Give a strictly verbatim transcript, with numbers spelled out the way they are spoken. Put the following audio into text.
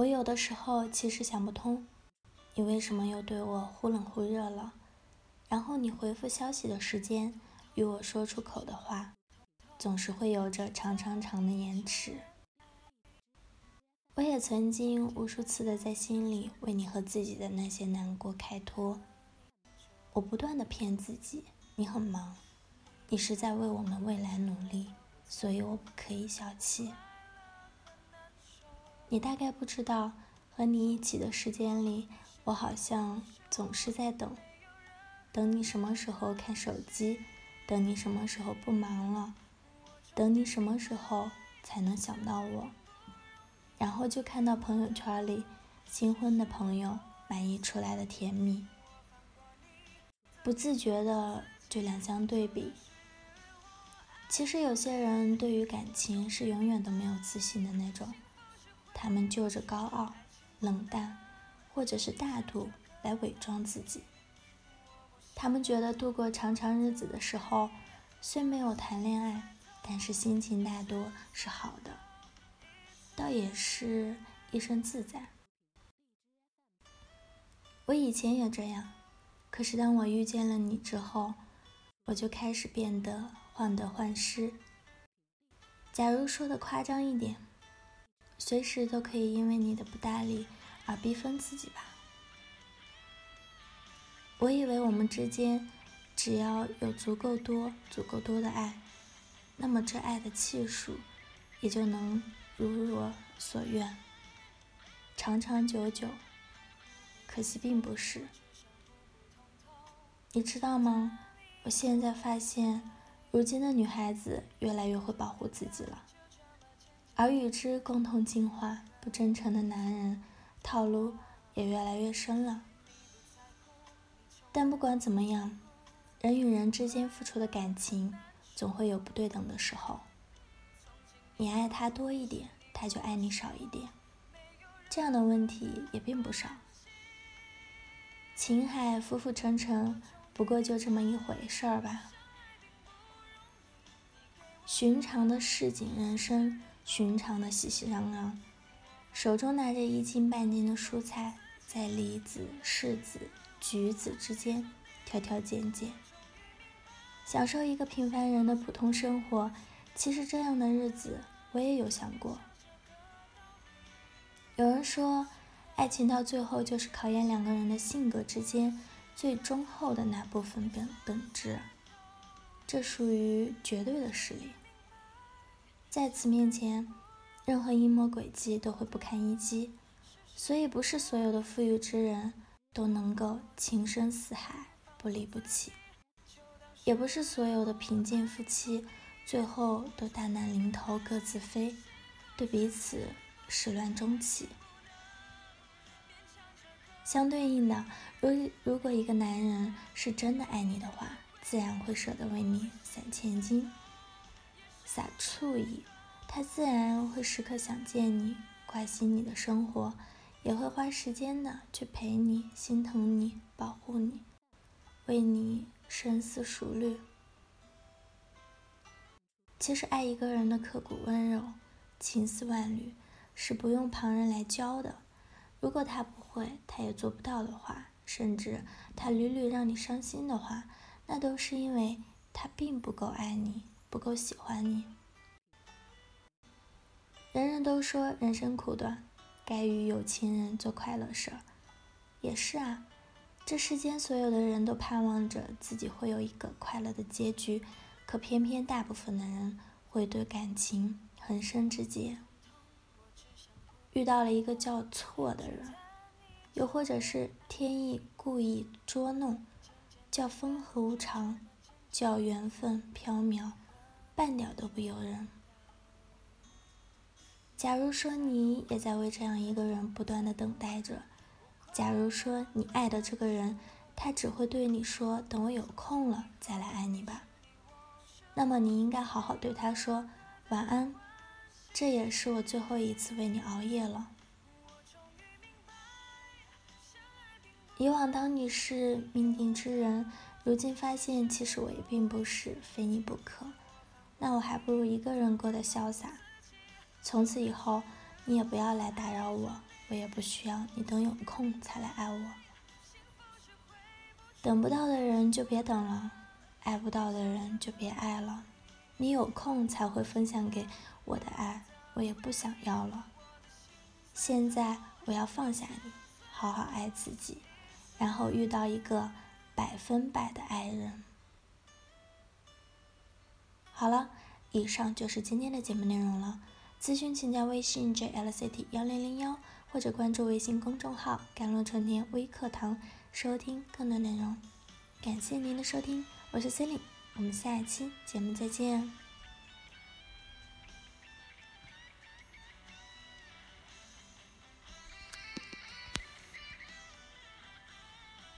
我有的时候其实想不通，你为什么又对我忽冷忽热了？然后你回复消息的时间与我说出口的话，总是会有着长长长的延迟。我也曾经无数次的在心里为你和自己的那些难过开脱。我不断的骗自己，你很忙，你是在为我们未来努力，所以我不可以小气。你大概不知道，和你一起的时间里，我好像总是在等，等你什么时候看手机，等你什么时候不忙了，等你什么时候才能想到我。然后就看到朋友圈里新婚的朋友满意出来的甜蜜，不自觉的就两相对比。其实有些人对于感情是永远都没有自信的那种，他们就着高傲、冷淡或者是大度来伪装自己。他们觉得度过长长日子的时候，虽没有谈恋爱，但是心情大多是好的，倒也是一身自在。我以前也这样，可是当我遇见了你之后，我就开始变得患得患失。假如说的夸张一点，随时都可以因为你的不搭理而逼疯自己吧。我以为我们之间只要有足够多、足够多的爱，那么这爱的气数也就能如我所愿，长长久久。可惜并不是。你知道吗？我现在发现，如今的女孩子越来越会保护自己了，而与之共同进化不真诚的男人套路也越来越深了。但不管怎么样，人与人之间付出的感情总会有不对等的时候，你爱他多一点，他就爱你少一点，这样的问题也并不少。情海浮浮沉沉，不过就这么一回事儿吧。寻常的市井人生，寻常的熙熙攘攘，手中拿着一斤半斤的蔬菜，在梨子、柿子、橘子之间挑挑拣拣，享受一个平凡人的普通生活。其实这样的日子我也有想过。有人说，爱情到最后就是考验两个人的性格之间最忠厚的那部分本本质，这属于绝对的实力。在此面前，任何阴谋诡计都会不堪一击，所以不是所有的富裕之人都能够情深似海，不离不弃，也不是所有的贫贱夫妻最后都大难临头各自飞，对彼此始乱终弃。相对应的，如如果一个男人是真的爱你的话，自然会舍得为你散千金，洒醋意，他自然会时刻想见你，关心你的生活，也会花时间的去陪你，心疼你，保护你，为你深思熟虑。其实爱一个人的刻骨温柔，情丝万缕，是不用旁人来教的。如果他不会，他也做不到的话，甚至他屡屡让你伤心的话，那都是因为他并不够爱你，不够喜欢你。人人都说人生苦短，该与有情人做快乐事儿。也是啊，这世间所有的人都盼望着自己会有一个快乐的结局，可偏偏大部分的人会对感情横生枝节，遇到了一个叫错的人，又或者是天意故意捉弄，叫风和无常，叫缘分缥缈，半点都不由人。假如说你也在为这样一个人不断的等待着，假如说你爱的这个人，他只会对你说等我有空了再来爱你吧，那么你应该好好对他说晚安，这也是我最后一次为你熬夜了。以往当你是命定之人，如今发现其实我也并不是非你不可，那我还不如一个人过得潇洒。从此以后，你也不要来打扰我， 我也不需要你等有空才来爱我。等不到的人就别等了，爱不到的人就别爱了。你有空才会分享给我的爱，我也不想要了。现在我要放下你，好好爱自己，然后遇到一个百分百的爱人。好了，以上就是今天的节目内容了。咨询请加微信 J L C T 一零零一，或者关注微信公众号“甘露春天微课堂”，收听更多内容。感谢您的收听，我是 Celine，我们下一期节目再见。